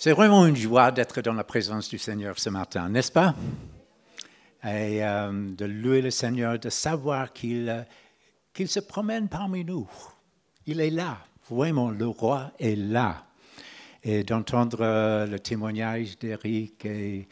C'est vraiment une joie d'être dans la présence du Seigneur ce matin, n'est-ce pas? Et de louer le Seigneur, de savoir qu'il se promène parmi nous. Il est là, vraiment, le roi est là. Et d'entendre le témoignage d'Éric et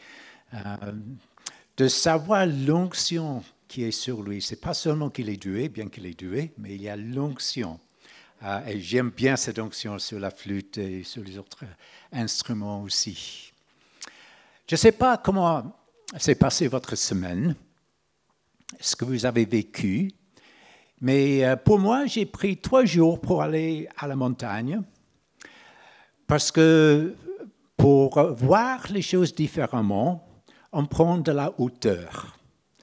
de savoir l'onction qui est sur lui. Ce n'est pas seulement qu'il est doué, bien qu'il est doué, mais il y a l'onction. Et j'aime bien cette onction sur la flûte et sur les autres instruments aussi. Je ne sais pas comment s'est passée votre semaine, ce que vous avez vécu, mais pour moi, j'ai pris 3 jours pour aller à la montagne, parce que pour voir les choses différemment, on prend de la hauteur.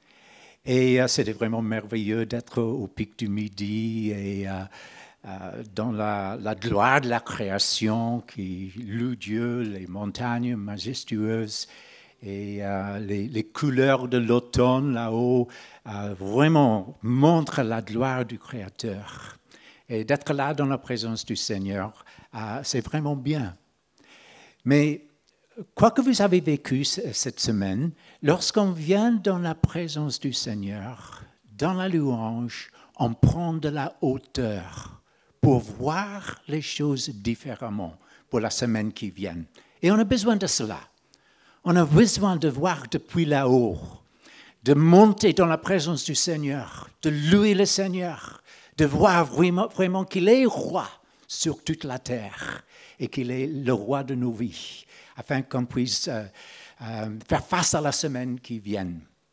Et c'était vraiment merveilleux d'être au pic du Midi et dans la gloire de la création qui loue Dieu, les montagnes majestueuses et les couleurs de l'automne là-haut vraiment montrent la gloire du Créateur. Et d'être là dans la présence du Seigneur, c'est vraiment bien. Mais quoi que vous avez vécu cette semaine, lorsqu'on vient dans la présence du Seigneur, dans la louange, on prend de la hauteur pour voir les choses différemment pour la semaine qui vient. Et on a besoin de cela. On a besoin de voir depuis là-haut, de monter dans la présence du Seigneur, de louer le Seigneur, de voir vraiment qu'il est roi sur toute la terre et qu'il est le roi de nos vies, afin qu'on puisse faire face à la semaine qui vient.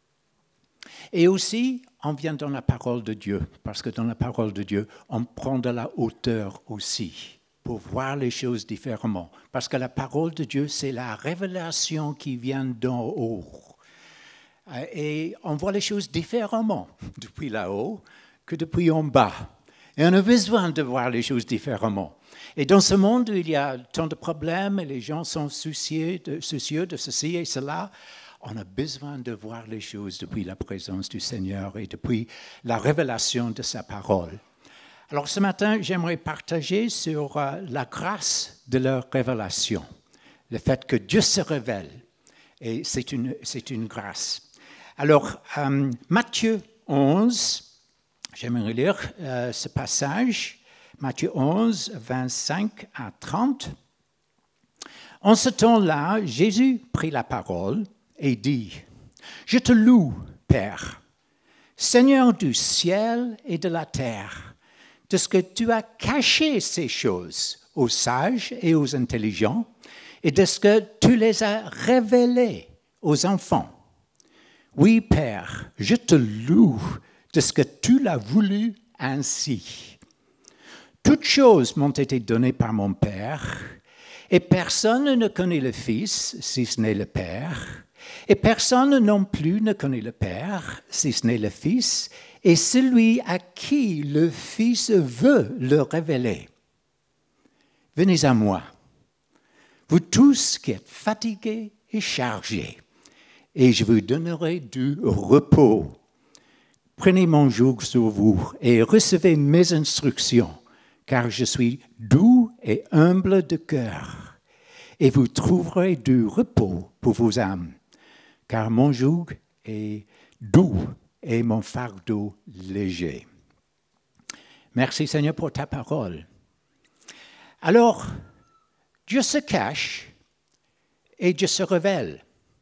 Et aussi, on vient dans la parole de Dieu, parce que dans la parole de Dieu, on prend de la hauteur aussi pour voir les choses différemment. Parce que la parole de Dieu, c'est la révélation qui vient d'en haut. Et on voit les choses différemment depuis là-haut que depuis en bas. Et on a besoin de voir les choses différemment. Et dans ce monde où il y a tant de problèmes et les gens sont soucieux de ceci et cela, on a besoin de voir les choses depuis la présence du Seigneur et depuis la révélation de sa parole. Alors ce matin, j'aimerais partager sur la grâce de leur révélation, le fait que Dieu se révèle, et c'est une grâce. Alors, Matthieu 11, j'aimerais lire ce passage, Matthieu 11, 25 à 30. En ce temps-là, Jésus prit la parole et dit, « Je te loue, Père, Seigneur du ciel et de la terre, de ce que tu as caché ces choses aux sages et aux intelligents, et de ce que tu les as révélées aux enfants. Oui, Père, je te loue de ce que tu l'as voulu ainsi. Toutes choses m'ont été données par mon Père, et personne ne connaît le Fils, si ce n'est le Père, et personne non plus ne connaît le Père, si ce n'est le Fils, et celui à qui le Fils veut le révéler. Venez à moi, vous tous qui êtes fatigués et chargés, et je vous donnerai du repos. Prenez mon joug sur vous et recevez mes instructions, car je suis doux et humble de cœur, et vous trouverez du repos pour vos âmes. Car mon joug est doux et mon fardeau léger. » Merci Seigneur pour ta parole. Alors, Dieu se cache et Dieu se révèle.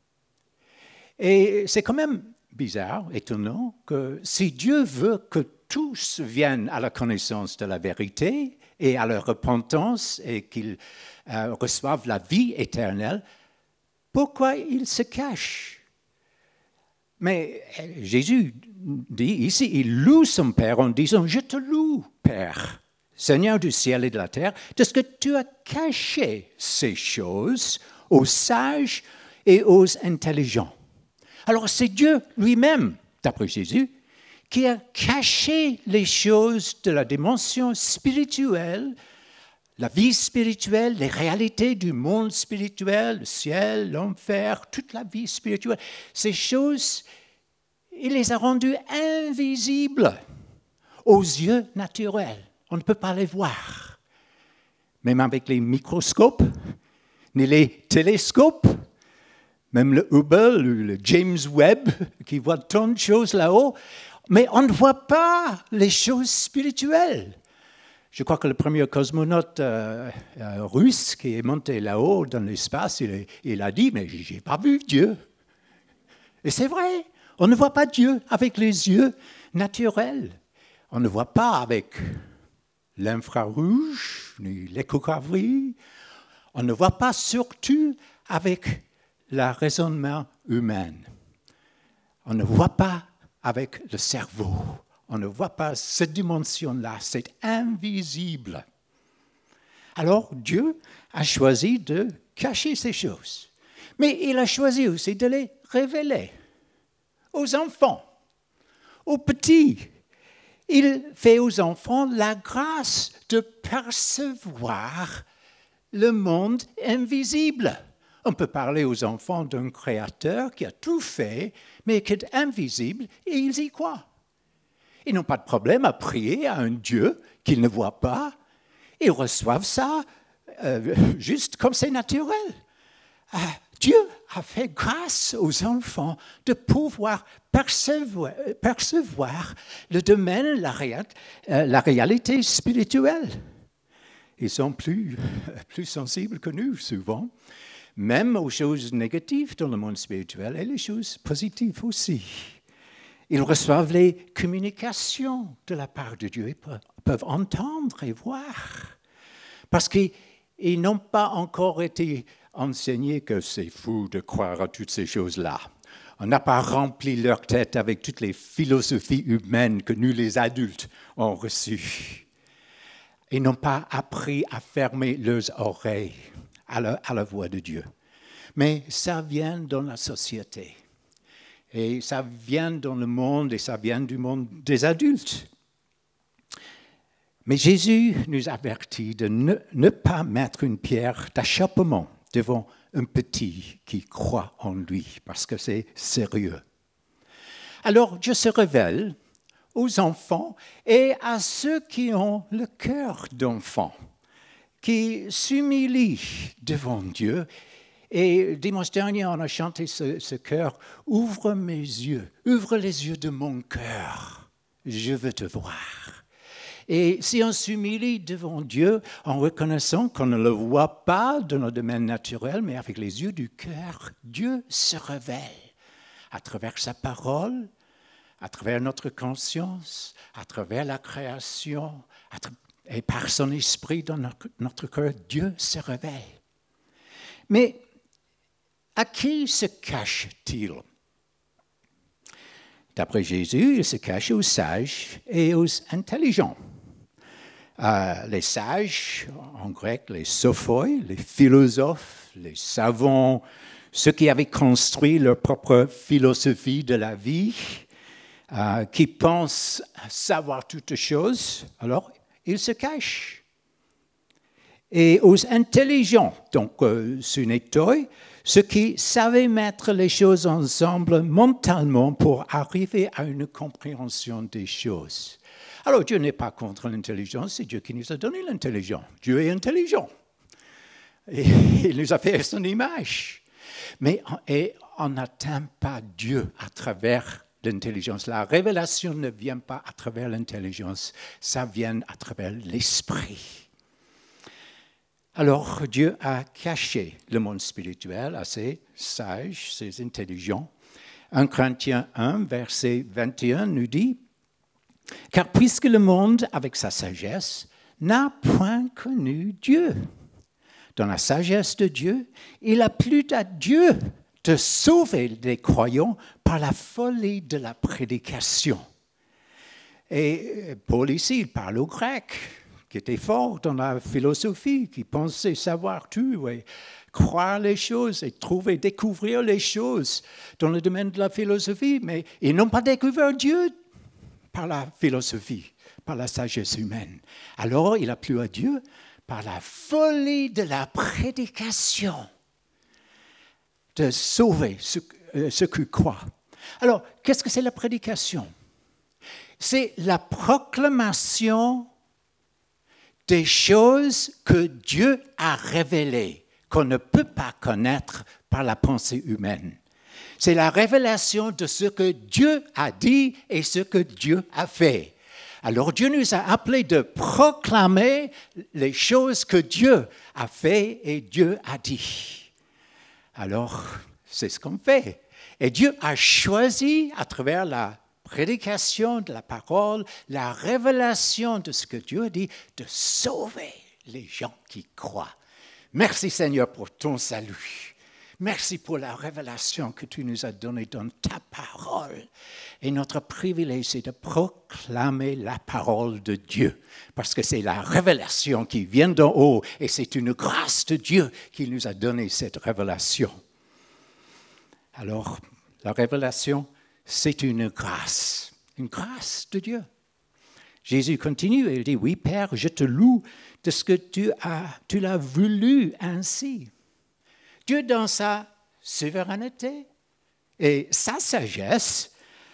Et c'est quand même bizarre, étonnant, que si Dieu veut que tous viennent à la connaissance de la vérité et à la repentance et qu'ils reçoivent la vie éternelle, pourquoi il se cache? Mais Jésus dit ici, il loue son Père en disant, « Je te loue, Père, Seigneur du ciel et de la terre, de ce que tu as caché ces choses aux sages et aux intelligents. » Alors c'est Dieu lui-même, d'après Jésus, qui a caché les choses de la dimension spirituelle, la vie spirituelle, les réalités du monde spirituel, le ciel, l'enfer, toute la vie spirituelle. Ces choses, il les a rendues invisibles aux yeux naturels. On ne peut pas les voir. Même avec les microscopes, ni les télescopes, même le Hubble, le James Webb, qui voit tant de choses là-haut, mais on ne voit pas les choses spirituelles. Je crois que le premier cosmonaute russe qui est monté là-haut dans l'espace, il a dit « mais je n'ai pas vu Dieu ». Et c'est vrai, on ne voit pas Dieu avec les yeux naturels. On ne voit pas avec l'infrarouge, ni l'échographie. On ne voit pas surtout avec le raisonnement humain. On ne voit pas avec le cerveau. On ne voit pas cette dimension-là. C'est invisible. Alors Dieu a choisi de cacher ces choses. Mais il a choisi aussi de les révéler aux enfants, aux petits. Il fait aux enfants la grâce de percevoir le monde invisible. On peut parler aux enfants d'un créateur qui a tout fait, mais qui est invisible, et ils y croient. Ils n'ont pas de problème à prier à un Dieu qu'ils ne voient pas. Ils reçoivent ça juste comme c'est naturel. Dieu a fait grâce aux enfants de pouvoir percevoir le domaine, la réalité spirituelle. Ils sont plus sensibles que nous, souvent, même aux choses négatives dans le monde spirituel et les choses positives aussi. Ils reçoivent les communications de la part de Dieu. Ils peuvent entendre et voir. Parce qu'ils n'ont pas encore été enseignés que c'est fou de croire à toutes ces choses-là. On n'a pas rempli leur tête avec toutes les philosophies humaines que nous, les adultes, avons reçues. Ils n'ont pas appris à fermer leurs oreilles à la voix de Dieu. Mais ça vient dans la société. Et ça vient dans le monde et ça vient du monde des adultes. Mais Jésus nous avertit de ne pas mettre une pierre d'achoppement devant un petit qui croit en lui, parce que c'est sérieux. Alors Dieu se révèle aux enfants et à ceux qui ont le cœur d'enfant, qui s'humilient devant Dieu. Et dimanche dernier, on a chanté ce chœur « Ouvre mes yeux, ouvre les yeux de mon cœur, je veux te voir ». Et si on s'humilie devant Dieu en reconnaissant qu'on ne le voit pas dans le domaine naturel, mais avec les yeux du cœur, Dieu se révèle à travers sa parole, à travers notre conscience, à travers la création, et par son esprit dans notre cœur, Dieu se révèle. Mais à qui se cache-t-il? D'après Jésus, il se cache aux sages et aux intelligents. Les sages, en grec, les sophoi, les philosophes, les savants, ceux qui avaient construit leur propre philosophie de la vie, qui pensent savoir toutes choses, alors ils se cachent. Et aux intelligents, donc sunetoi, ceux qui savaient mettre les choses ensemble mentalement pour arriver à une compréhension des choses. Alors Dieu n'est pas contre l'intelligence, c'est Dieu qui nous a donné l'intelligence. Dieu est intelligent. Et il nous a fait à son image. Mais on n'atteint pas Dieu à travers l'intelligence. La révélation ne vient pas à travers l'intelligence, ça vient à travers l'esprit. Alors Dieu a caché le monde spirituel à ses sages, ses intelligents. 1 Corinthiens 1, verset 21 nous dit « Car puisque le monde, avec sa sagesse, n'a point connu Dieu, dans la sagesse de Dieu, il a plu à Dieu de sauver les croyants par la folie de la prédication. » Et Paul ici, il parle aux Grecs, qui étaient forts dans la philosophie, qui pensaient savoir tout et croire les choses et découvrir les choses dans le domaine de la philosophie, mais ils n'ont pas découvert Dieu par la philosophie, par la sagesse humaine. Alors, il a plu à Dieu par la folie de la prédication, de sauver ceux qui croient. Alors, qu'est-ce que c'est la prédication? C'est la proclamation des choses que Dieu a révélées, qu'on ne peut pas connaître par la pensée humaine. C'est la révélation de ce que Dieu a dit et ce que Dieu a fait. Alors Dieu nous a appelés de proclamer les choses que Dieu a fait et Dieu a dit. Alors, c'est ce qu'on fait. Et Dieu a choisi, à travers la prédication de la parole, la révélation de ce que Dieu a dit, de sauver les gens qui croient. Merci Seigneur pour ton salut. Merci pour la révélation que tu nous as donnée dans ta parole. Et notre privilège, c'est de proclamer la parole de Dieu, parce que c'est la révélation qui vient d'en haut, et c'est une grâce de Dieu qui nous a donné cette révélation. Alors, la révélation, c'est une grâce de Dieu. Jésus continue et il dit, oui Père, je te loue de ce que tu l'as voulu ainsi. Dieu, dans sa souveraineté et sa sagesse,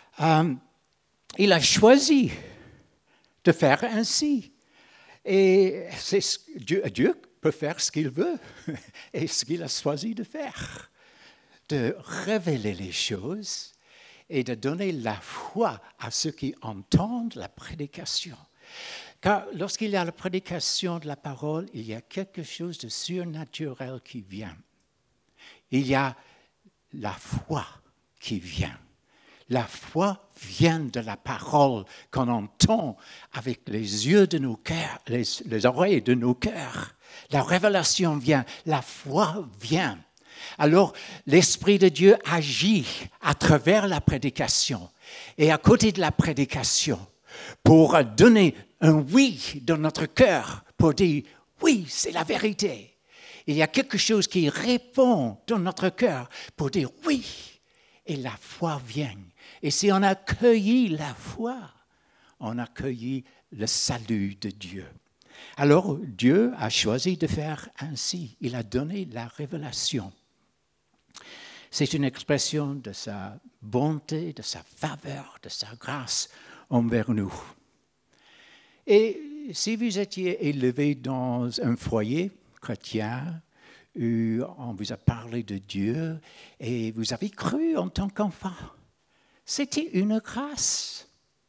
il a choisi de faire ainsi. Et Dieu peut faire ce qu'il veut et ce qu'il a choisi de faire, de révéler les choses et de donner la foi à ceux qui entendent la prédication. Car lorsqu'il y a la prédication de la parole, il y a quelque chose de surnaturel qui vient. Il y a la foi qui vient. La foi vient de la parole qu'on entend avec les yeux de nos cœurs, les oreilles de nos cœurs. La révélation vient, la foi vient. Alors, l'Esprit de Dieu agit à travers la prédication et à côté de la prédication pour donner un oui dans notre cœur, pour dire oui, c'est la vérité. Il y a quelque chose qui répond dans notre cœur pour dire oui, et la foi vient. Et si on accueille la foi, on accueille le salut de Dieu. Alors Dieu a choisi de faire ainsi. Il a donné la révélation. C'est une expression de sa bonté, de sa faveur, de sa grâce envers nous. Et si vous étiez élevé dans un foyer chrétien, où on vous a parlé de Dieu et vous avez cru en tant qu'enfant, c'était une grâce.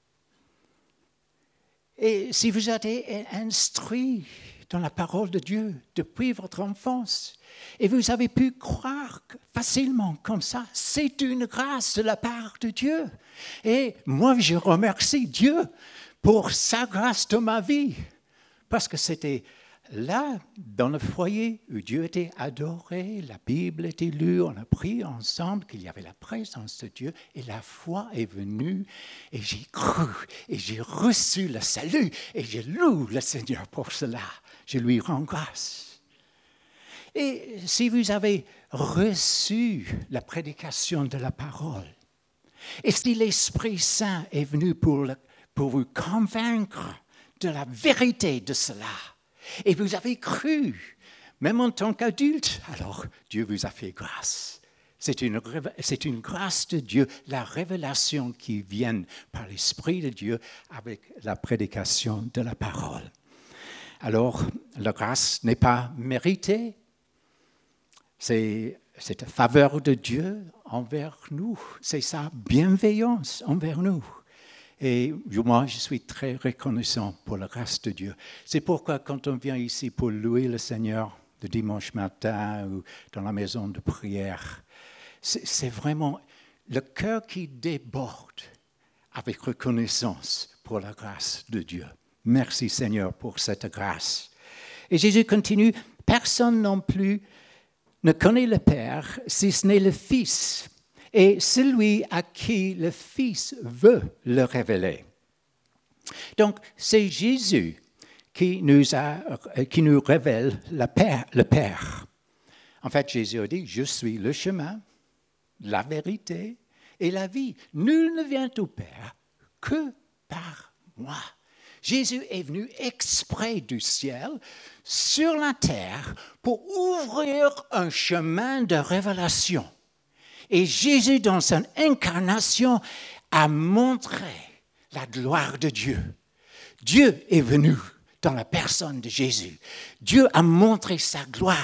Et si vous êtes instruit dans la parole de Dieu depuis votre enfance, et vous avez pu croire facilement comme ça, c'est une grâce de la part de Dieu. Et moi, je remercie Dieu pour sa grâce dans ma vie, parce que c'était là, dans le foyer où Dieu était adoré, la Bible était lue, on a prié ensemble qu'il y avait la présence de Dieu et la foi est venue et j'ai cru et j'ai reçu le salut et je loue le Seigneur pour cela. Je lui rends grâce. Et si vous avez reçu la prédication de la parole, et si l'Esprit Saint est venu pour vous convaincre de la vérité de cela, et vous avez cru, même en tant qu'adulte, alors Dieu vous a fait grâce. C'est une grâce de Dieu, la révélation qui vient par l'Esprit de Dieu avec la prédication de la parole. Alors, la grâce n'est pas méritée, c'est la faveur de Dieu envers nous, c'est sa bienveillance envers nous. Et moi, je suis très reconnaissant pour la grâce de Dieu. C'est pourquoi quand on vient ici pour louer le Seigneur le dimanche matin ou dans la maison de prière, c'est vraiment le cœur qui déborde avec reconnaissance pour la grâce de Dieu. Merci Seigneur pour cette grâce. Et Jésus continue, personne non plus ne connaît le Père si ce n'est le Fils. Et celui à qui le Fils veut le révéler. Donc, c'est Jésus qui nous révèle le Père. En fait, Jésus a dit, je suis le chemin, la vérité et la vie. Nul ne vient au Père que par moi. Jésus est venu exprès du ciel sur la terre pour ouvrir un chemin de révélation. Et Jésus, dans son incarnation, a montré la gloire de Dieu. Dieu est venu dans la personne de Jésus. Dieu a montré sa gloire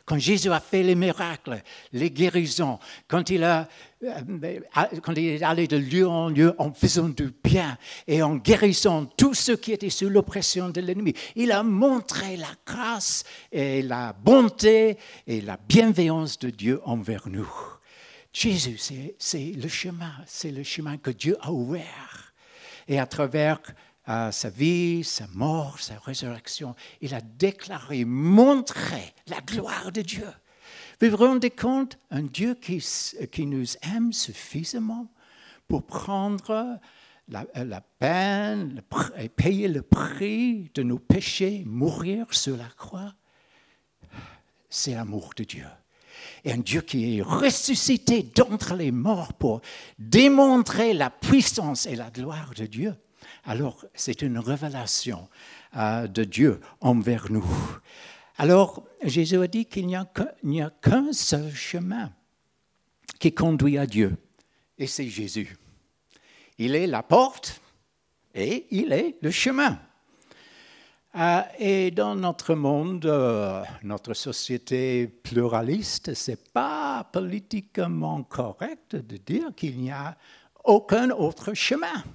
Quand Jésus a fait les miracles, les guérisons, quand il est allé de lieu en lieu en faisant du bien et en guérissant tous ceux qui étaient sous l'oppression de l'ennemi, il a montré la grâce et la bonté et la bienveillance de Dieu envers nous. Jésus, c'est le chemin que Dieu a ouvert. Et à travers sa vie, sa mort, sa résurrection, il a déclaré, montré la gloire de Dieu. Vous vous rendez compte, un Dieu qui nous aime suffisamment pour prendre la peine et payer le prix de nos péchés, mourir sur la croix, c'est l'amour de Dieu. Et un Dieu qui est ressuscité d'entre les morts pour démontrer la puissance et la gloire de Dieu. Alors, c'est une révélation de Dieu envers nous. Alors, Jésus a dit qu'il n'y a qu'un seul chemin qui conduit à Dieu, et c'est Jésus. Il est la porte et il est le chemin. Et dans notre monde, notre société pluraliste, ce n'est pas politiquement correct de dire qu'il n'y a aucun autre chemin.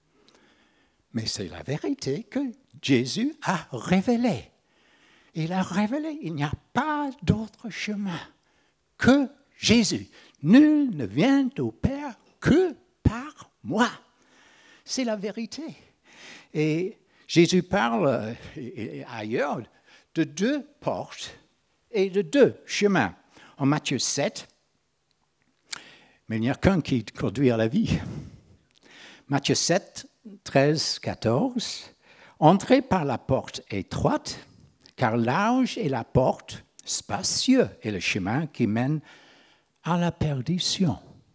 Mais c'est la vérité que Jésus a révélée. Il a révélé, il n'y a pas d'autre chemin que Jésus. Nul ne vient au Père que par moi. C'est la vérité. Et Jésus parle ailleurs de 2 portes et de 2 chemins. En Matthieu 7, mais il n'y a qu'un qui conduit à la vie. Matthieu 7, 13, 14. Entrez par la porte étroite, car large est la porte, spacieux est le chemin qui mène à la perdition.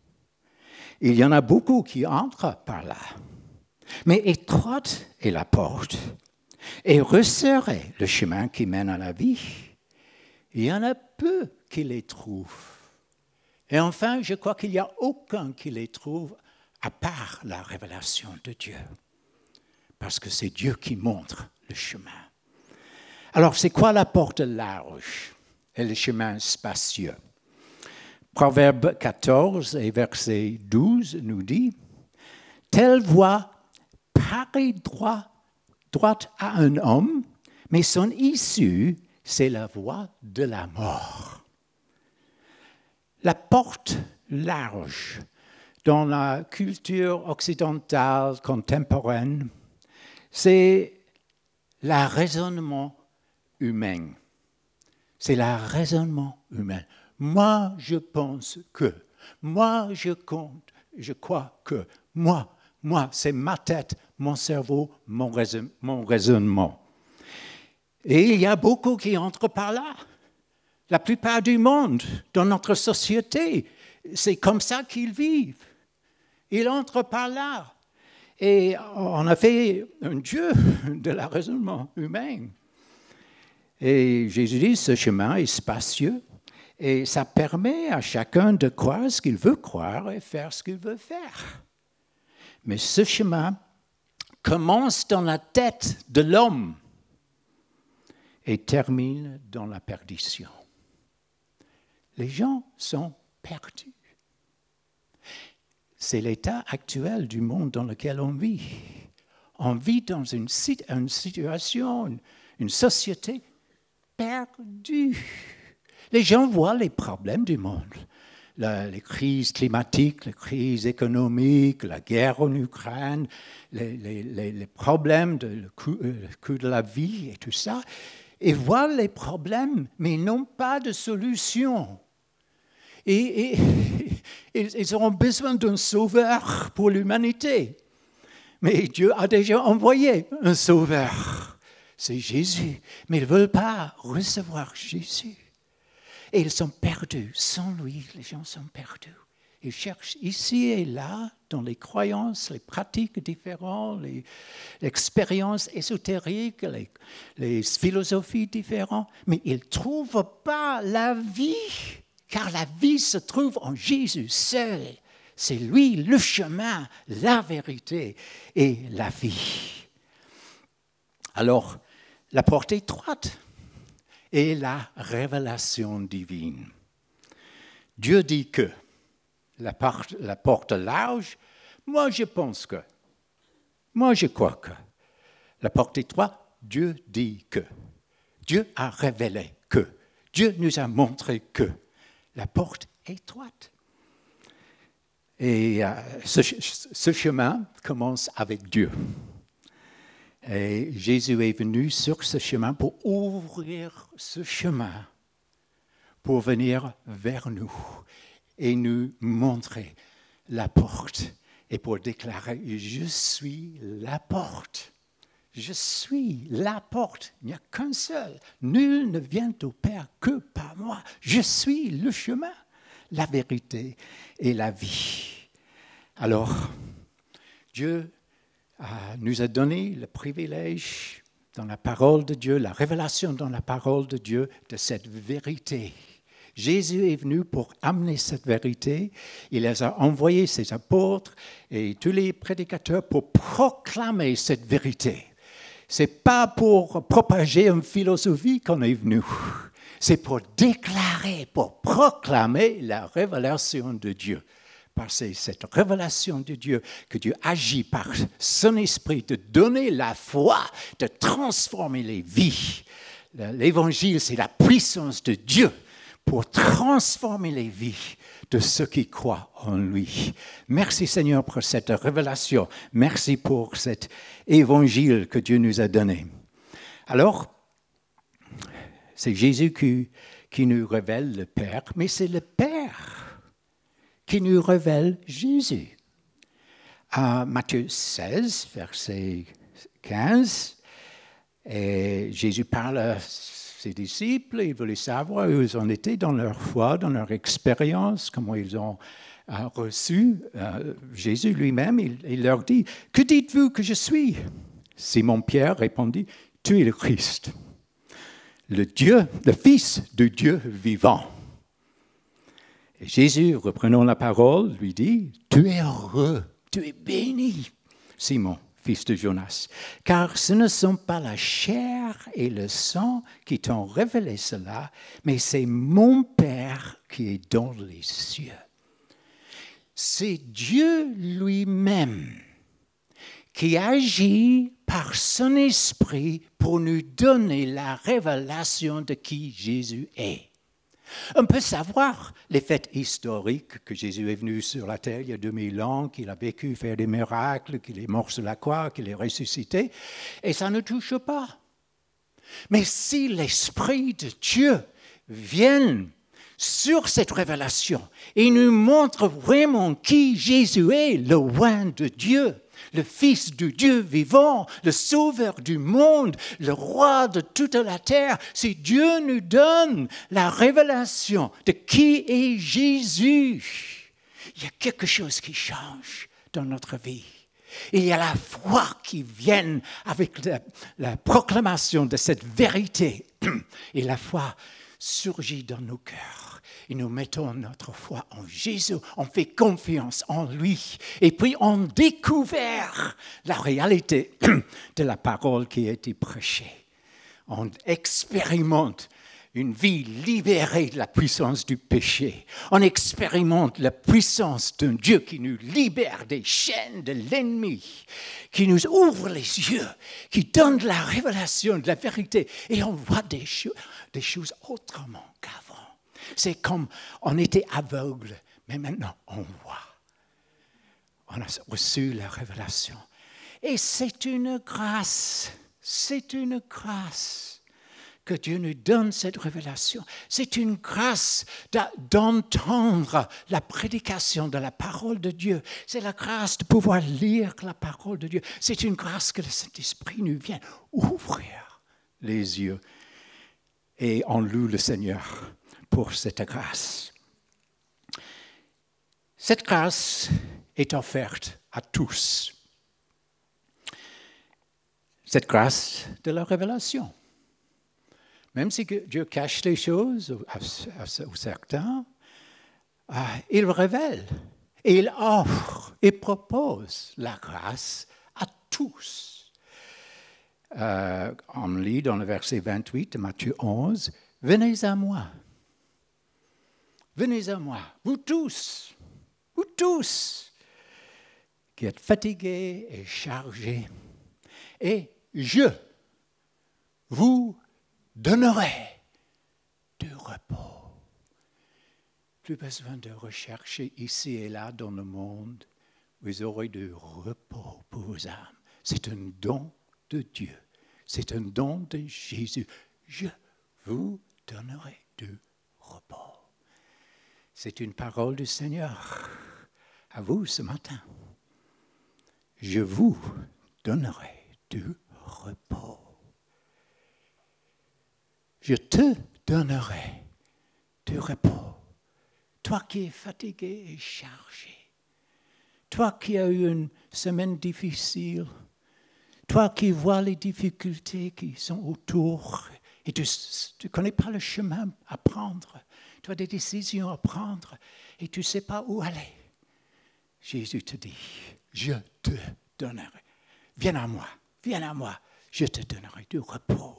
Il y en a beaucoup qui entrent par là. Mais étroite est la porte, et resserré le chemin qui mène à la vie. Il y en a peu qui les trouvent. Et enfin, je crois qu'il n'y a aucun qui les trouve à part la révélation de Dieu. Parce que c'est Dieu qui montre le chemin. Alors, c'est quoi la porte large et le chemin spacieux? Proverbe 14 et verset 12 nous dit « Telle voie paraît droite à un homme, mais son issue, c'est la voie de la mort. » La porte large dans la culture occidentale contemporaine, c'est le raisonnement humain. C'est le raisonnement humain. Moi, je pense que. Moi, je compte. Je crois que. Moi, c'est ma tête, mon cerveau, mon raisonnement. Et il y a beaucoup qui entrent par là. La plupart du monde, dans notre société, c'est comme ça qu'ils vivent. Ils entrent par là. Et on a fait un Dieu de la raisonnement humain. Et Jésus dit, ce chemin est spacieux et ça permet à chacun de croire ce qu'il veut croire et faire ce qu'il veut faire. Mais ce chemin commence dans la tête de l'homme et termine dans la perdition. Les gens sont perdus. C'est l'état actuel du monde dans lequel on vit. On vit dans une situation, une société perdue. Les gens voient les problèmes du monde. Les crises climatiques, les crises économiques, la guerre en Ukraine, les problèmes, le coût de la vie et tout ça. Ils voient les problèmes, mais ils n'ont pas de solution. Et ils auront besoin d'un sauveur pour l'humanité. Mais Dieu a déjà envoyé un sauveur. C'est Jésus. Mais ils ne veulent pas recevoir Jésus. Et ils sont perdus. Sans lui, les gens sont perdus. Ils cherchent ici et là, dans les croyances, les pratiques différentes, les expériences ésotériques, les philosophies différentes. Mais ils ne trouvent pas la vie. Car la vie se trouve en Jésus seul. C'est lui le chemin, la vérité et la vie. Alors, la porte est étroite et la révélation divine. Dieu dit que la porte large, moi je pense que, moi je crois que. La porte étroite, Dieu dit que. Dieu a révélé que. Dieu nous a montré que. La porte étroite. Et ce chemin commence avec Dieu. Et Jésus est venu sur ce chemin pour ouvrir ce chemin, pour venir vers nous et nous montrer la porte. Et pour déclarer, je suis la porte. Je suis la porte. Il n'y a qu'un seul. Nul ne vient au Père que par moi. Je suis le chemin, la vérité et la vie. Alors, Dieu nous a donné le privilège dans la parole de Dieu, la révélation dans la parole de Dieu de cette vérité. Jésus est venu pour amener cette vérité. Il les a envoyés, ses apôtres et tous les prédicateurs, pour proclamer cette vérité. Ce n'est pas pour propager une philosophie qu'on est venu. C'est pour déclarer, pour proclamer la révélation de Dieu. Parce que c'est cette révélation de Dieu que Dieu agit par son esprit de donner la foi, de transformer les vies. L'évangile, c'est la puissance de Dieu pour transformer les vies de ceux qui croient en lui. Merci Seigneur pour cette révélation. Merci pour cet évangile que Dieu nous a donné. Alors, c'est Jésus qui nous révèle le Père, mais c'est le Père qui nous révèle Jésus. Matthieu 16, verset 15, et Jésus parle à ses disciples, il voulait savoir où ils en étaient dans leur foi, dans leur expérience, comment ils ont reçu Jésus lui-même. Il leur dit, « Que dites-vous que je suis ?» Simon-Pierre répondit, « Tu es le Christ, le Fils de Dieu vivant. » Et Jésus, reprenant la parole, lui dit, « Tu es heureux, tu es béni, Simon, fils de Jonas, car ce ne sont pas la chair et le sang qui t'ont révélé cela, mais c'est mon Père qui est dans les cieux. » C'est Dieu lui-même qui agit par son esprit pour nous donner la révélation de qui Jésus est. On peut savoir les faits historiques, que Jésus est venu sur la terre il y a 2000 ans, qu'il a vécu faire des miracles, qu'il est mort sur la croix, qu'il est ressuscité, et ça ne touche pas. Mais si l'Esprit de Dieu vient sur cette révélation et nous montre vraiment qui Jésus est, le Roi de Dieu, le Fils de Dieu vivant, le Sauveur du monde, le Roi de toute la terre, si Dieu nous donne la révélation de qui est Jésus, il y a quelque chose qui change dans notre vie. Il y a la foi qui vient avec la proclamation de cette vérité. Et la foi surgit dans nos cœurs. Et nous mettons notre foi en Jésus, on fait confiance en lui. Et puis on découvre la réalité de la parole qui a été prêchée. On expérimente une vie libérée de la puissance du péché. On expérimente la puissance d'un Dieu qui nous libère des chaînes de l'ennemi, qui nous ouvre les yeux, qui donne la révélation de la vérité. Et on voit des choses autrement qu'avant. C'est comme on était aveugle, mais maintenant on voit. On a reçu la révélation. Et c'est une grâce que Dieu nous donne cette révélation. C'est une grâce d'entendre la prédication de la parole de Dieu. C'est la grâce de pouvoir lire la parole de Dieu. C'est une grâce que le Saint-Esprit nous vient ouvrir les yeux. Et on loue le Seigneur pour cette grâce. Cette grâce est offerte à tous. Cette grâce de la révélation. Même si Dieu cache les choses à certains, il révèle, et il offre et propose la grâce à tous. on lit dans le verset 28 de Matthieu 11, « Venez à moi, vous tous, qui êtes fatigués et chargés, et je vous donnerai du repos. » Plus besoin de rechercher ici et là dans le monde. Vous aurez du repos pour vos âmes. C'est un don de Dieu. C'est un don de Jésus. Je vous donnerai du repos. C'est une parole du Seigneur à vous ce matin. Je vous donnerai du repos. Je te donnerai du repos. Toi qui es fatigué et chargé. Toi qui as eu une semaine difficile. Toi qui vois les difficultés qui sont autour et tu ne connais pas le chemin à prendre. Tu as des décisions à prendre et tu ne sais pas où aller. Jésus te dit, je te donnerai. Viens à moi, je te donnerai du repos.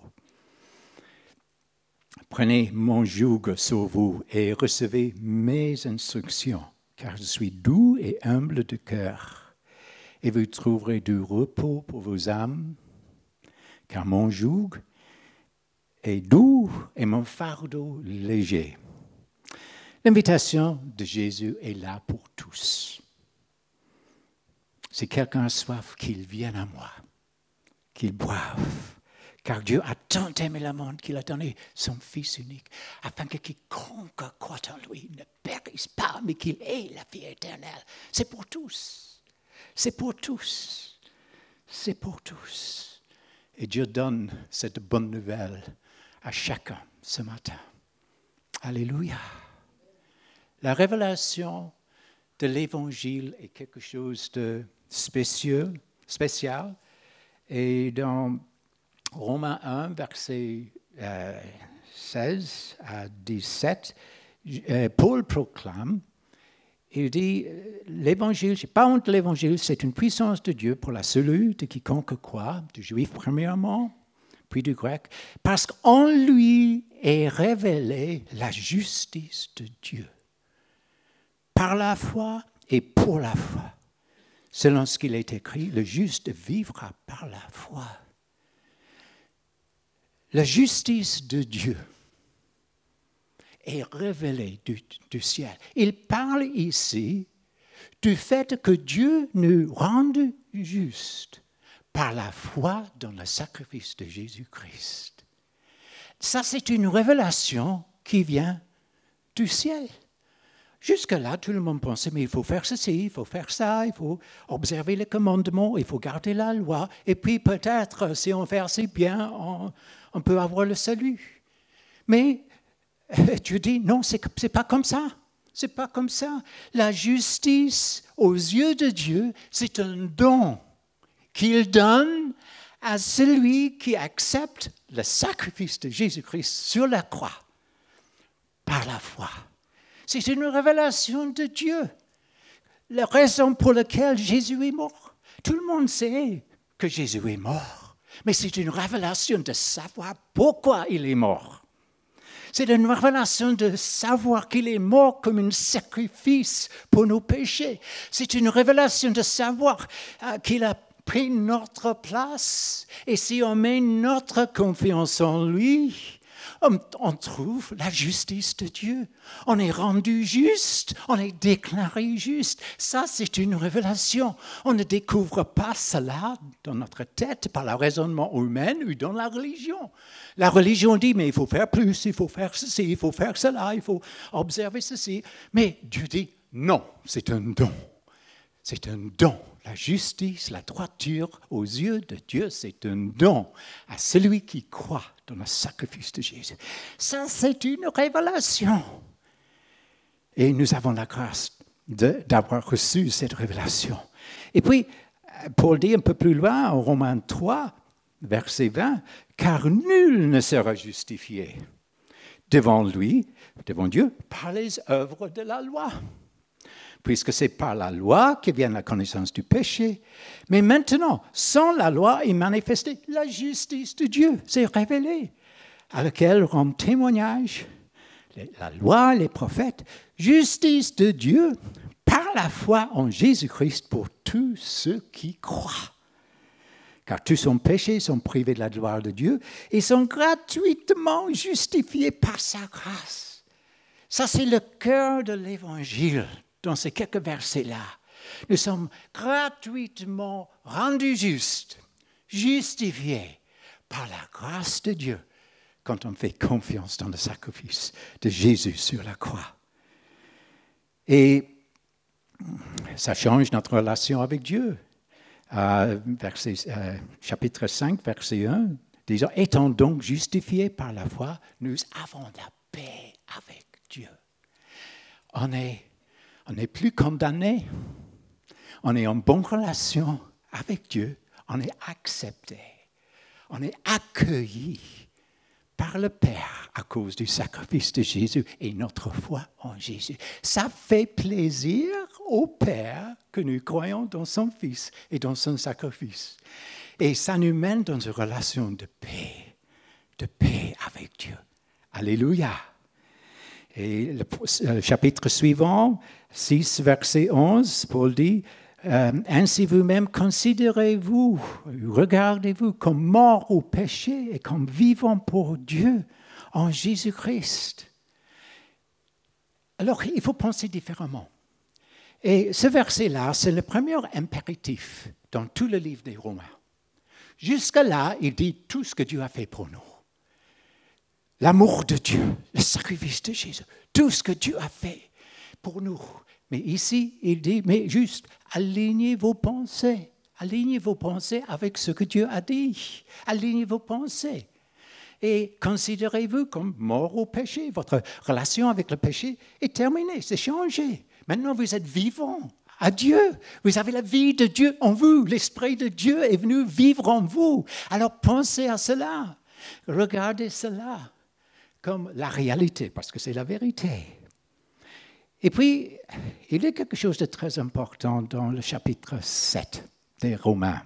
Prenez mon joug sur vous et recevez mes instructions, car je suis doux et humble de cœur. Et vous trouverez du repos pour vos âmes, car mon joug est doux et mon fardeau léger. L'invitation de Jésus est là pour tous. Si quelqu'un a soif, qu'il vienne à moi, qu'il boive. Car Dieu a tant aimé le monde qu'il a donné son Fils unique, afin que quiconque croit en lui ne périsse pas, mais qu'il ait la vie éternelle. C'est pour tous. C'est pour tous. C'est pour tous. Et Dieu donne cette bonne nouvelle à chacun ce matin. Alléluia. La révélation de l'Évangile est quelque chose de spécial. Et dans Romains 1, versets 16 à 17, Paul proclame, il dit, l'Évangile, je n'ai pas honte de l'Évangile, c'est une puissance de Dieu pour la salut de quiconque croit, du juif premièrement, puis du grec, parce qu'en lui est révélée la justice de Dieu, par la foi et pour la foi. Selon ce qu'il est écrit, le juste vivra par la foi. La justice de Dieu est révélée du ciel. Il parle ici du fait que Dieu nous rende justes par la foi dans le sacrifice de Jésus-Christ. Ça, c'est une révélation qui vient du ciel. Jusque-là, tout le monde pensait, mais il faut faire ceci, il faut faire ça, il faut observer les commandements, il faut garder la loi, et puis peut-être, si on fait assez bien, on peut avoir le salut. Mais Dieu dit, non, c'est pas comme ça. C'est pas comme ça. La justice, aux yeux de Dieu, c'est un don qu'il donne à celui qui accepte le sacrifice de Jésus-Christ sur la croix, par la foi. C'est une révélation de Dieu. La raison pour laquelle Jésus est mort. Tout le monde sait que Jésus est mort. Mais c'est une révélation de savoir pourquoi il est mort. C'est une révélation de savoir qu'il est mort comme un sacrifice pour nos péchés. C'est une révélation de savoir qu'il a pris notre place. Et si on met notre confiance en lui, on trouve la justice de Dieu. On est rendu juste, on est déclaré juste. Ça, c'est une révélation. On ne découvre pas cela dans notre tête par le raisonnement humain ou dans la religion. La religion dit, mais il faut faire plus, il faut faire ceci, il faut faire cela, il faut observer ceci. Mais Dieu dit, non, c'est un don. C'est un don. La justice, la droiture, aux yeux de Dieu, c'est un don à celui qui croit dans le sacrifice de Jésus. Ça, c'est une révélation. Et nous avons la grâce d'avoir reçu cette révélation. Et puis, Paul dit un peu plus loin, en Romains 3, verset 20, « Car nul ne sera justifié devant lui, devant Dieu, par les œuvres de la loi. » puisque c'est par la loi que vient la connaissance du péché. Mais maintenant, sans la loi est manifestée la justice de Dieu, c'est révélé, à laquelle rend témoignage la loi, les prophètes, justice de Dieu par la foi en Jésus-Christ pour tous ceux qui croient. Car tous sont péchés, sont privés de la gloire de Dieu et sont gratuitement justifiés par sa grâce. Ça, c'est le cœur de l'Évangile dans ces quelques versets-là. Nous sommes gratuitement rendus justes, justifiés par la grâce de Dieu quand on fait confiance dans le sacrifice de Jésus sur la croix. Et ça change notre relation avec Dieu. Chapitre 5, verset 1, disons, étant donc justifiés par la foi, nous avons la paix avec Dieu. On n'est plus condamnés, on est en bonne relation avec Dieu, on est accepté, on est accueilli par le Père à cause du sacrifice de Jésus et notre foi en Jésus. Ça fait plaisir au Père que nous croyons dans son Fils et dans son sacrifice. Et ça nous mène dans une relation de paix avec Dieu. Alléluia. Et le chapitre suivant, 6, verset 11, Paul dit, ainsi vous-même considérez-vous, regardez-vous comme morts au péché et comme vivants pour Dieu en Jésus-Christ. Alors, il faut penser différemment. Et ce verset-là, c'est le premier impératif dans tout le livre des Romains. Jusque-là, il dit tout ce que Dieu a fait pour nous. L'amour de Dieu, le sacrifice de Jésus, tout ce que Dieu a fait pour nous. Mais ici, il dit, mais juste, alignez vos pensées avec ce que Dieu a dit. Alignez vos pensées. Et considérez-vous comme morts au péché. Votre relation avec le péché est terminée, c'est changé. Maintenant, vous êtes vivants à Dieu. Vous avez la vie de Dieu en vous. L'Esprit de Dieu est venu vivre en vous. Alors, pensez à cela. Regardez cela comme la réalité, parce que c'est la vérité. Et puis, il y a quelque chose de très important dans le chapitre 7 des Romains.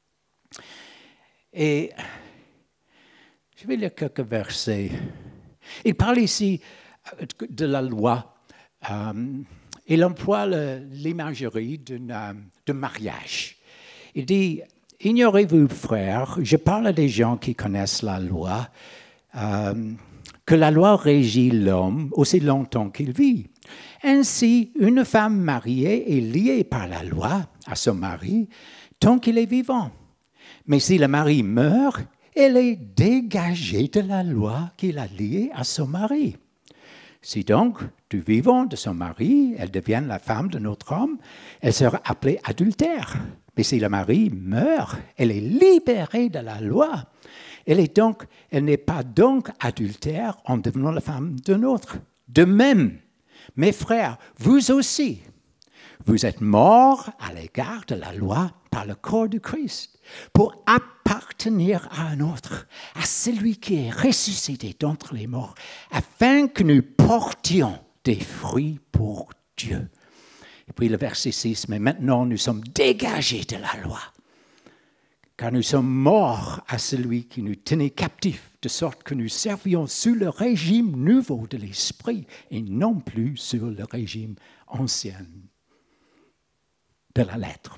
Et je vais lire quelques versets. Il parle ici de la loi. Il emploie l'imagerie de mariage. Il dit, ignorez-vous, frères, je parle à des gens qui connaissent la loi, que la loi régit l'homme aussi longtemps qu'il vit. Ainsi, une femme mariée est liée par la loi à son mari tant qu'il est vivant. Mais si le mari meurt, elle est dégagée de la loi qui l'a liée à son mari. Si donc, du vivant de son mari, elle devient la femme de notre homme, elle sera appelée adultère. Mais si le mari meurt, elle est libérée de la loi. Elle n'est pas donc adultère en devenant la femme d'un autre. De même, mes frères, vous aussi, vous êtes morts à l'égard de la loi par le corps du Christ, pour appartenir à un autre, à celui qui est ressuscité d'entre les morts, afin que nous portions des fruits pour Dieu. Et puis le verset 6, mais maintenant nous sommes dégagés de la loi, car nous sommes morts à celui qui nous tenait captifs, de sorte que nous servions sous le régime nouveau de l'esprit et non plus sur le régime ancien de la lettre.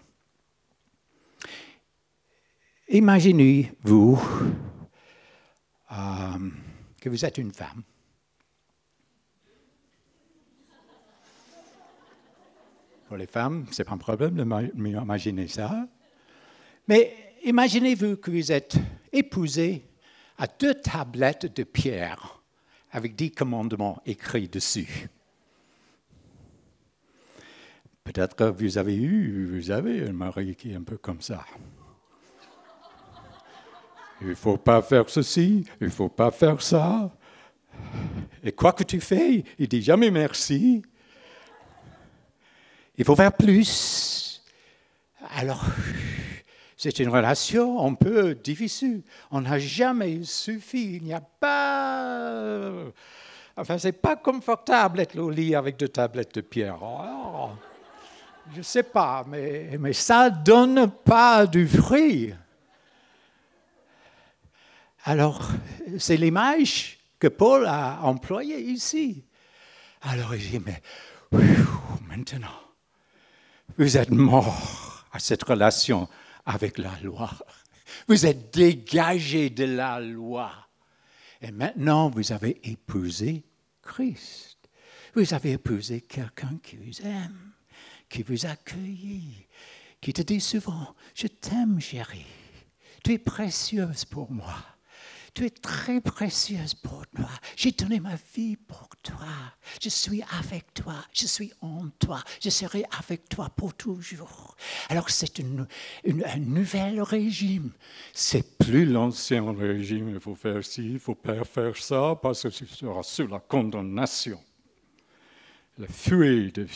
Imaginez-vous que vous êtes une femme. Pour les femmes, ce n'est pas un problème d'imaginer ça. Mais imaginez-vous que vous êtes épousée à 2 tablettes de pierre avec 10 commandements écrits dessus. Peut-être que vous avez un mari qui est un peu comme ça. Il ne faut pas faire ceci, il ne faut pas faire ça. Et quoi que tu fais, il ne dit jamais merci. Il faut faire plus. Alors, c'est une relation un peu difficile. On n'a jamais suffi. Il n'y a pas... Enfin, ce n'est pas confortable d'être au lit avec 2 tablettes de pierre. Oh. Je ne sais pas, mais ça ne donne pas du fruit. Alors, c'est l'image que Paul a employée ici. Alors il dit, mais maintenant, vous êtes mort à cette relation avec la loi. Vous êtes dégagé de la loi. Et maintenant, vous avez épousé Christ. Vous avez épousé quelqu'un qui vous aime, qui vous accueille, qui te dit souvent, je t'aime, chérie. Tu es précieuse pour moi. Tu es très précieuse pour toi. J'ai donné ma vie pour toi. Je suis avec toi. Je suis en toi. Je serai avec toi pour toujours. Alors c'est un nouvel régime. C'est plus l'ancien régime. Il faut faire ci, il ne faut pas faire ça, parce que tu seras sous la condamnation. Le fruit de...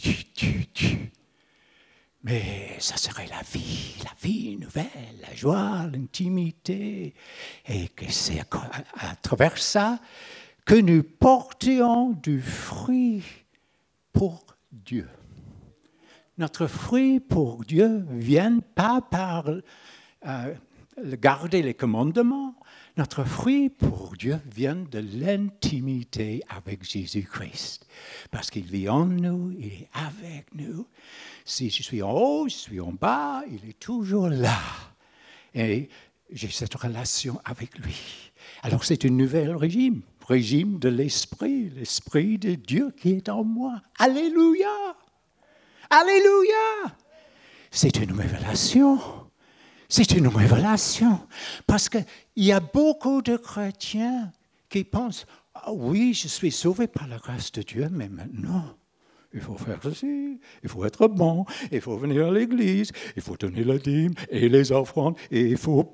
Mais ça serait la vie nouvelle, la joie, l'intimité. Et que c'est à travers ça que nous portions du fruit pour Dieu. Notre fruit pour Dieu ne vient pas par garder les commandements. Notre fruit pour Dieu vient de l'intimité avec Jésus-Christ. Parce qu'il vit en nous, il est avec nous. Si je suis en haut, je suis en bas, il est toujours là. Et j'ai cette relation avec lui. Alors c'est un nouvel régime de l'Esprit de Dieu qui est en moi. Alléluia! Alléluia! C'est une révélation. C'est une révélation. Parce qu'il y a beaucoup de chrétiens qui pensent, ah oui, je suis sauvé par la grâce de Dieu, mais maintenant, il faut faire ceci, il faut être bon, il faut venir à l'église, il faut donner la dîme et les offrandes, et il faut.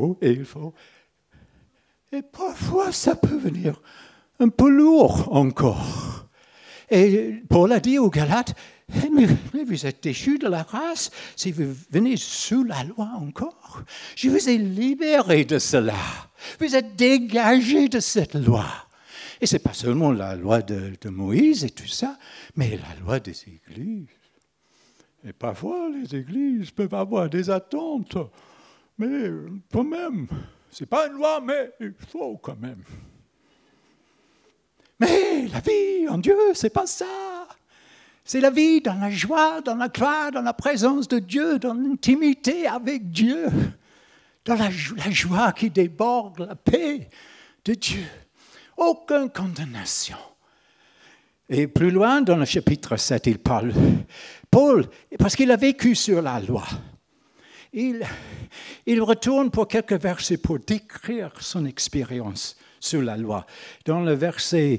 Et parfois, ça peut venir un peu lourd encore. Et Paul a dit aux Galates, mais vous êtes déchus de la grâce si vous venez sous la loi encore. Je vous ai libérés de cela. Vous êtes dégagés de cette loi. Et ce n'est pas seulement la loi de Moïse et tout ça, mais la loi des églises. Et parfois, les églises peuvent avoir des attentes. Mais quand même, ce n'est pas une loi, mais il faut quand même. Mais la vie en Dieu, ce n'est pas ça. C'est la vie dans la joie, dans la gloire, dans la présence de Dieu, dans l'intimité avec Dieu, dans la joie qui déborde, la paix de Dieu. Aucune condamnation. Et plus loin, dans le chapitre 7, il parle, Paul, parce qu'il a vécu sur la loi, il retourne pour quelques versets pour décrire son expérience sur la loi. Dans le verset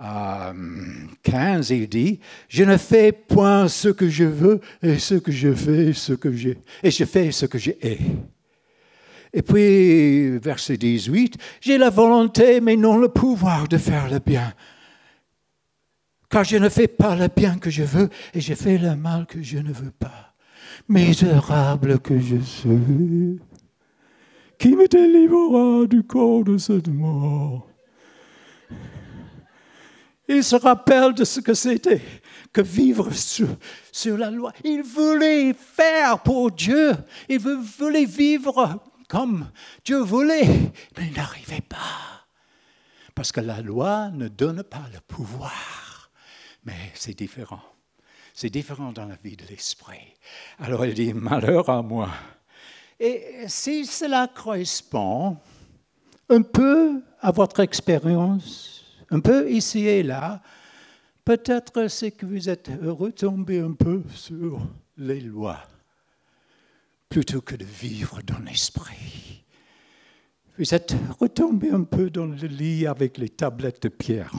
15, il dit, « Je ne fais point ce que je veux, et ce que je fais, et je fais ce que je hais. » Et puis, verset 18, « J'ai la volonté, mais non le pouvoir de faire le bien. Car je ne fais pas le bien que je veux, et je fais le mal que je ne veux pas. Misérable que je suis, qui me délivrera du corps de cette mort? » Il se rappelle de ce que c'était que vivre sur la loi. Il voulait faire pour Dieu. Il voulait vivre comme Dieu voulait, mais il n'arrivait pas. Parce que la loi ne donne pas le pouvoir. Mais c'est différent. C'est différent dans la vie de l'esprit. Alors il dit, malheur à moi. Et si cela correspond un peu à votre expérience, un peu ici et là, peut-être c'est que vous êtes retombé un peu sur les lois, plutôt que de vivre dans l'esprit. Vous êtes retombé un peu dans le lit avec les tablettes de pierre.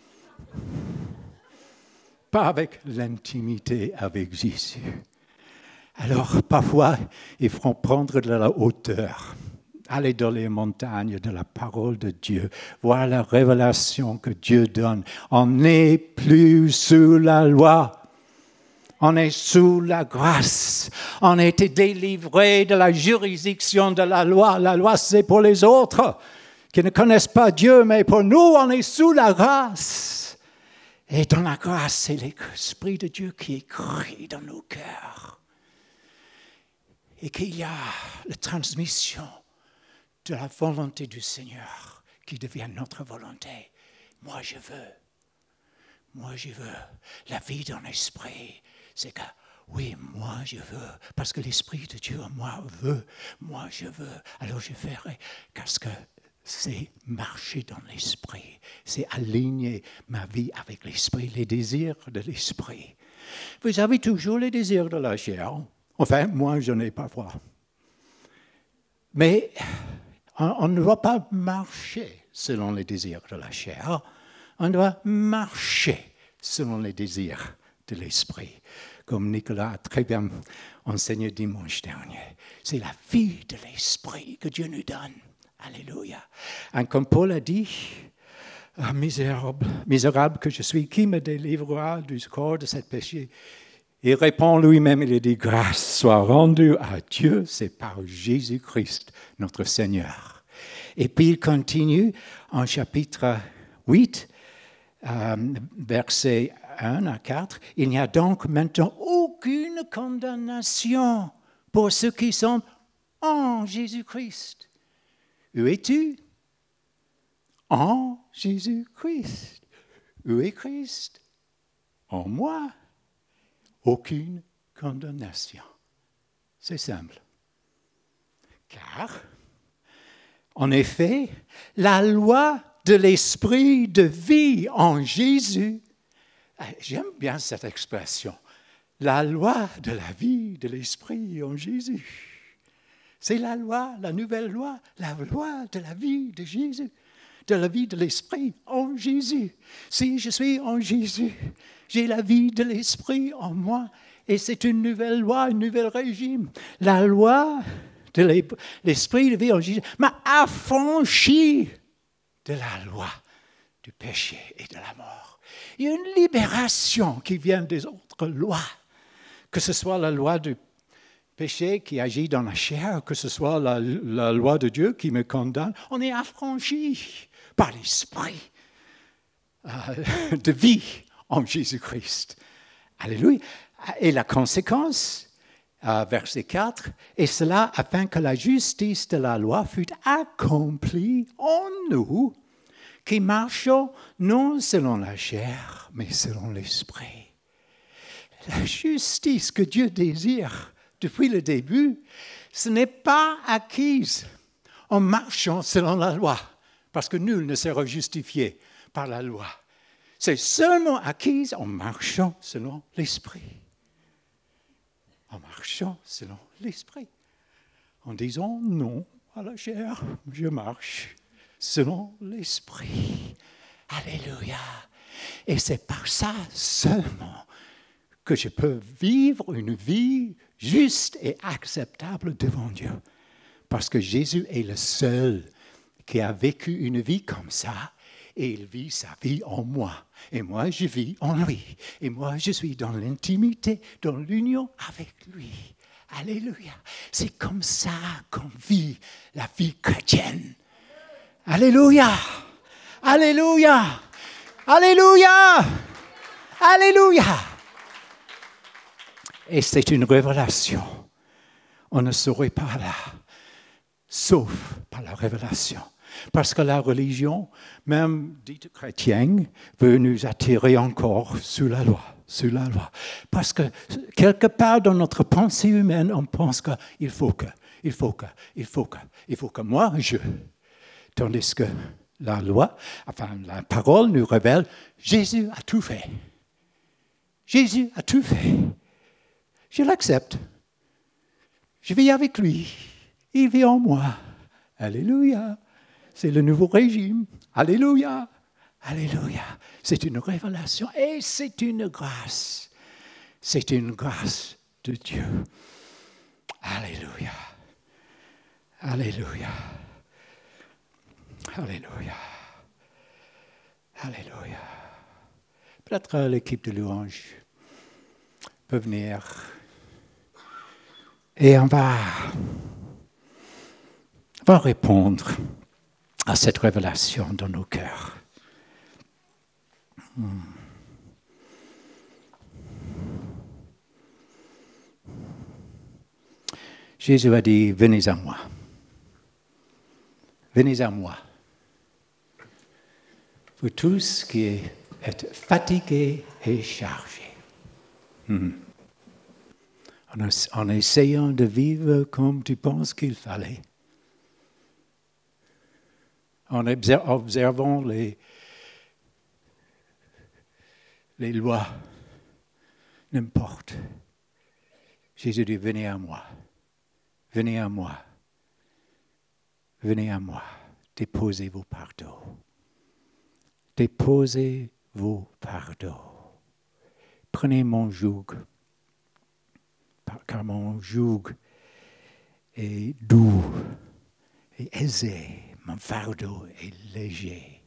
Pas avec l'intimité avec Jésus. Alors, parfois, il faut prendre de la hauteur. Aller dans les montagnes de la parole de Dieu, voir la révélation que Dieu donne. On n'est plus sous la loi. On est sous la grâce. On a été délivré de la juridiction de la loi. La loi, c'est pour les autres qui ne connaissent pas Dieu, mais pour nous, on est sous la grâce. Et dans la grâce, c'est l'Esprit de Dieu qui écrit dans nos cœurs. Et qu'il y a la transmission de la volonté du Seigneur qui devient notre volonté. Moi, je veux. La vie dans l'Esprit, c'est que, oui, moi, je veux. Parce que l'Esprit de Dieu, moi, veut. Moi, je veux. Alors, je ferai. Parce que c'est marcher dans l'Esprit. C'est aligner ma vie avec l'Esprit, les désirs de l'Esprit. Vous avez toujours les désirs de la chair. Enfin, moi, je n'ai pas foi. Mais on ne doit pas marcher selon les désirs de la chair. On doit marcher selon les désirs de l'Esprit. Comme Nicolas a très bien enseigné dimanche dernier. C'est la vie de l'Esprit que Dieu nous donne. Alléluia. Et comme Paul a dit, misérable que je suis, qui me délivrera du corps de ce péché? Il répond lui-même, il dit, grâce soit rendue à Dieu, c'est par Jésus-Christ, notre Seigneur. Et puis il continue en chapitre 8, versets 1 à 4, il n'y a donc maintenant aucune condamnation pour ceux qui sont en Jésus-Christ. Où es-tu? En Jésus-Christ. Où est Christ? En moi. Aucune condamnation. C'est simple. Car, en effet, la loi de l'esprit de vie en Jésus, j'aime bien cette expression, la loi de la vie de l'esprit en Jésus. C'est la loi, la nouvelle loi, la loi de la vie de Jésus, de la vie de l'esprit en Jésus. Si je suis en Jésus, j'ai la vie de l'esprit en moi et c'est une nouvelle loi, un nouvel régime. La loi de l'esprit de vie en Jésus m'a affranchi de la loi du péché et de la mort. Il y a une libération qui vient des autres lois, que ce soit la loi du péché qui agit dans la chair, que ce soit la loi de Dieu qui me condamne. On est affranchi par l'esprit de vie en Jésus-Christ. Alléluia. Et la conséquence, verset 4, « Et cela afin que la justice de la loi fût accomplie en nous, qui marchons non selon la chair, mais selon l'esprit. » La justice que Dieu désire depuis le début, ce n'est pas acquise en marchant selon la loi, parce que nul ne sera justifié par la loi. C'est seulement acquise en marchant selon l'esprit. En marchant selon l'esprit. En disant non à la chair, je marche selon l'esprit. Alléluia. Et c'est par ça seulement que je peux vivre une vie juste et acceptable devant Dieu. Parce que Jésus est le seul qui a vécu une vie comme ça. Et il vit sa vie en moi. Et moi, je vis en lui. Et moi, je suis dans l'intimité, dans l'union avec lui. Alléluia. C'est comme ça qu'on vit la vie chrétienne. Alléluia. Alléluia. Alléluia. Alléluia. Et c'est une révélation. On ne saurait pas là, sauf par la révélation. Parce que la religion, même dite chrétienne, veut nous attirer encore sous la loi. Parce que quelque part dans notre pensée humaine, on pense qu'il faut que moi, je. Tandis que la loi, la parole nous révèle, Jésus a tout fait. Jésus a tout fait. Je l'accepte. Je vis avec lui. Il vit en moi. Alléluia. C'est le nouveau régime. Alléluia. Alléluia. C'est une révélation et c'est une grâce. C'est une grâce de Dieu. Alléluia. Alléluia. Alléluia. Alléluia. Peut-être l'équipe de louange peut venir. Et on va répondre à cette révélation dans nos cœurs. Jésus a dit, venez à moi. Venez à moi. Vous tous qui êtes fatigués et chargés. En essayant de vivre comme tu penses qu'il fallait. En observant les lois, n'importe. Jésus dit, venez à moi. Venez à moi. Venez à moi. Déposez vos fardeaux. Déposez vos fardeaux. Prenez mon joug, car mon joug est doux et aisé. Mon fardeau est léger.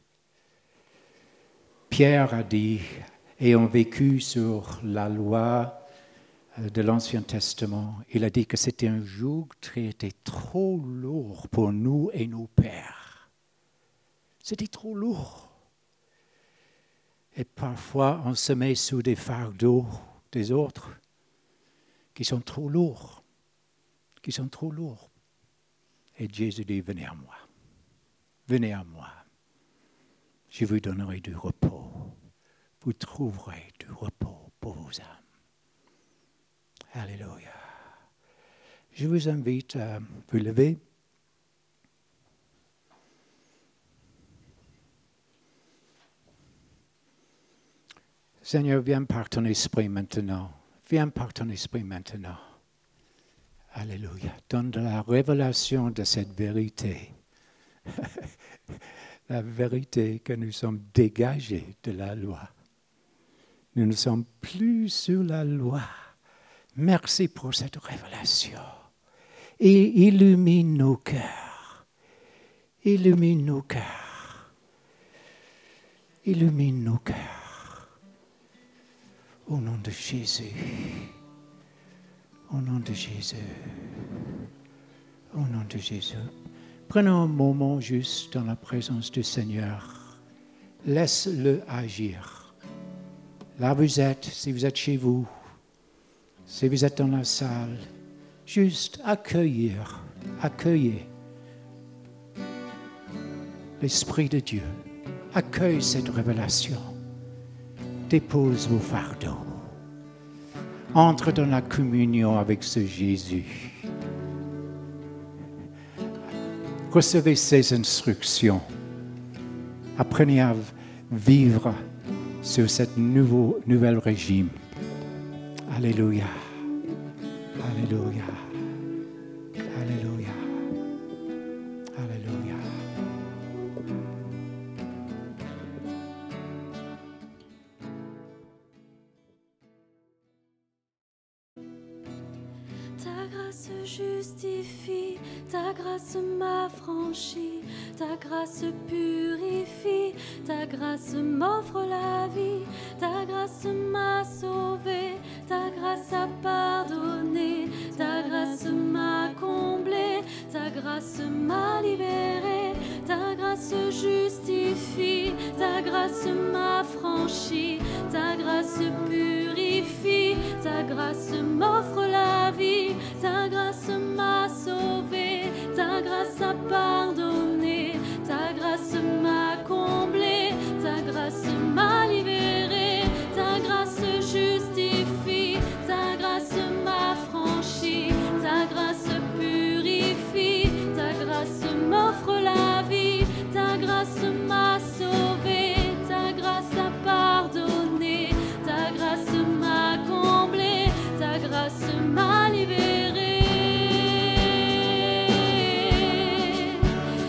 Pierre a dit, ayant vécu sur la loi de l'Ancien Testament, il a dit que c'était un joug qui était trop lourd pour nous et nos pères. C'était trop lourd. Et parfois, on se met sous des fardeaux des autres qui sont trop lourds. Et Jésus dit, venez à moi. Venez à moi. Je vous donnerai du repos. Vous trouverez du repos pour vos âmes. Alléluia. Je vous invite à vous lever. Seigneur, viens par ton esprit maintenant. Viens par ton esprit maintenant. Alléluia. Donne de la révélation de cette vérité. La vérité que nous sommes dégagés de la loi. Nous ne sommes plus sous la loi. Merci pour cette révélation. Et illumine nos cœurs. Illumine nos cœurs. Illumine nos cœurs. Au nom de Jésus. Au nom de Jésus. Au nom de Jésus. Prenons un moment juste dans la présence du Seigneur. Laisse-le agir. Là vous êtes, si vous êtes chez vous, si vous êtes dans la salle, juste accueillez l'Esprit de Dieu. Accueille cette révélation. Dépose vos fardeaux. Entre dans la communion avec ce Jésus. Recevez ses instructions. Apprenez à vivre sur ce nouvel régime. Alléluia. Alléluia. Alléluia. Alléluia. Ta grâce justifie, ta grâce m'affranchit, ta grâce purifie, ta grâce m'offre la vie, ta grâce m'a sauvé, ta grâce a pardonné, ta grâce m'a comblé, ta grâce m'a libéré, ta grâce justifie, ta grâce m'affranchit, ta grâce purifie, ta grâce m'offre la vie, ta grâce m'a sauvé, ta grâce a pardonné, ta grâce m'a comblé, ta grâce m'a libéré, ta grâce justifie, ta grâce m'affranchit, ta grâce purifie, ta grâce m'offre la vie, ta grâce m'a sauvé, ta grâce a pardonné, ta grâce m'a comblé, ta grâce m'a libéré.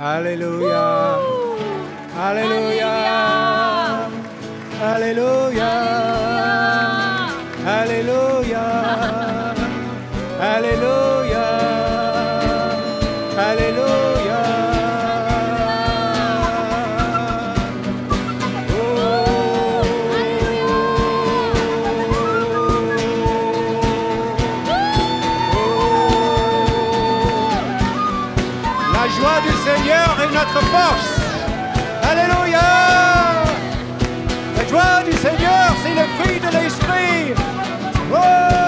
Alléluia. Alléluia. Alléluia. Alléluia. Alléluia. Alléluia. La joie du Seigneur est notre force. Alléluia. La joie du Seigneur, c'est le fruit de l'esprit. Oh!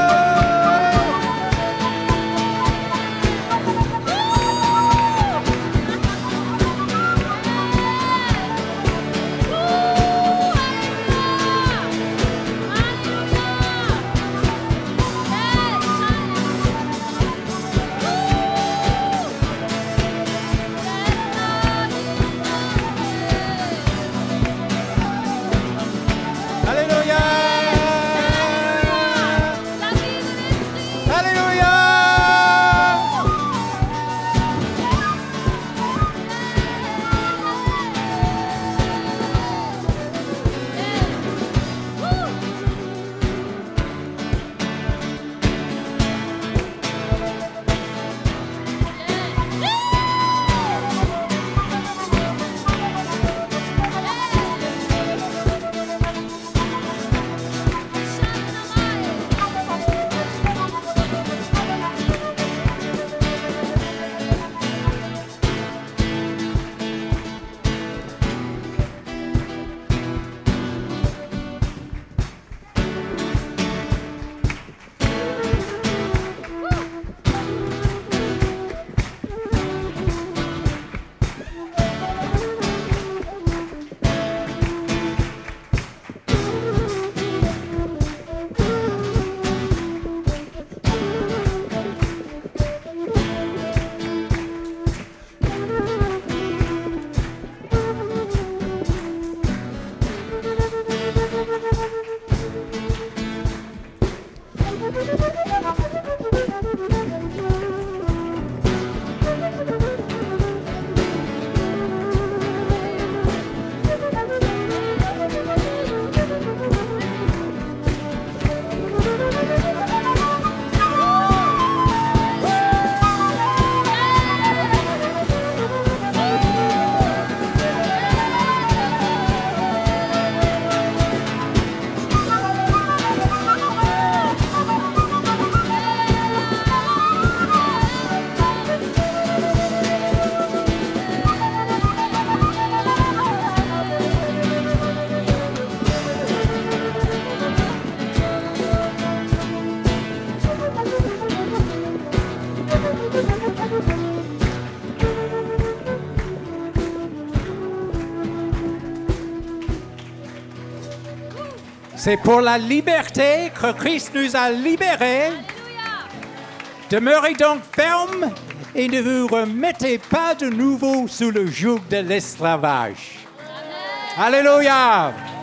C'est pour la liberté que Christ nous a libérés. Alléluia. Demeurez donc fermes et ne vous remettez pas de nouveau sous le joug de l'esclavage. Amen. Alléluia.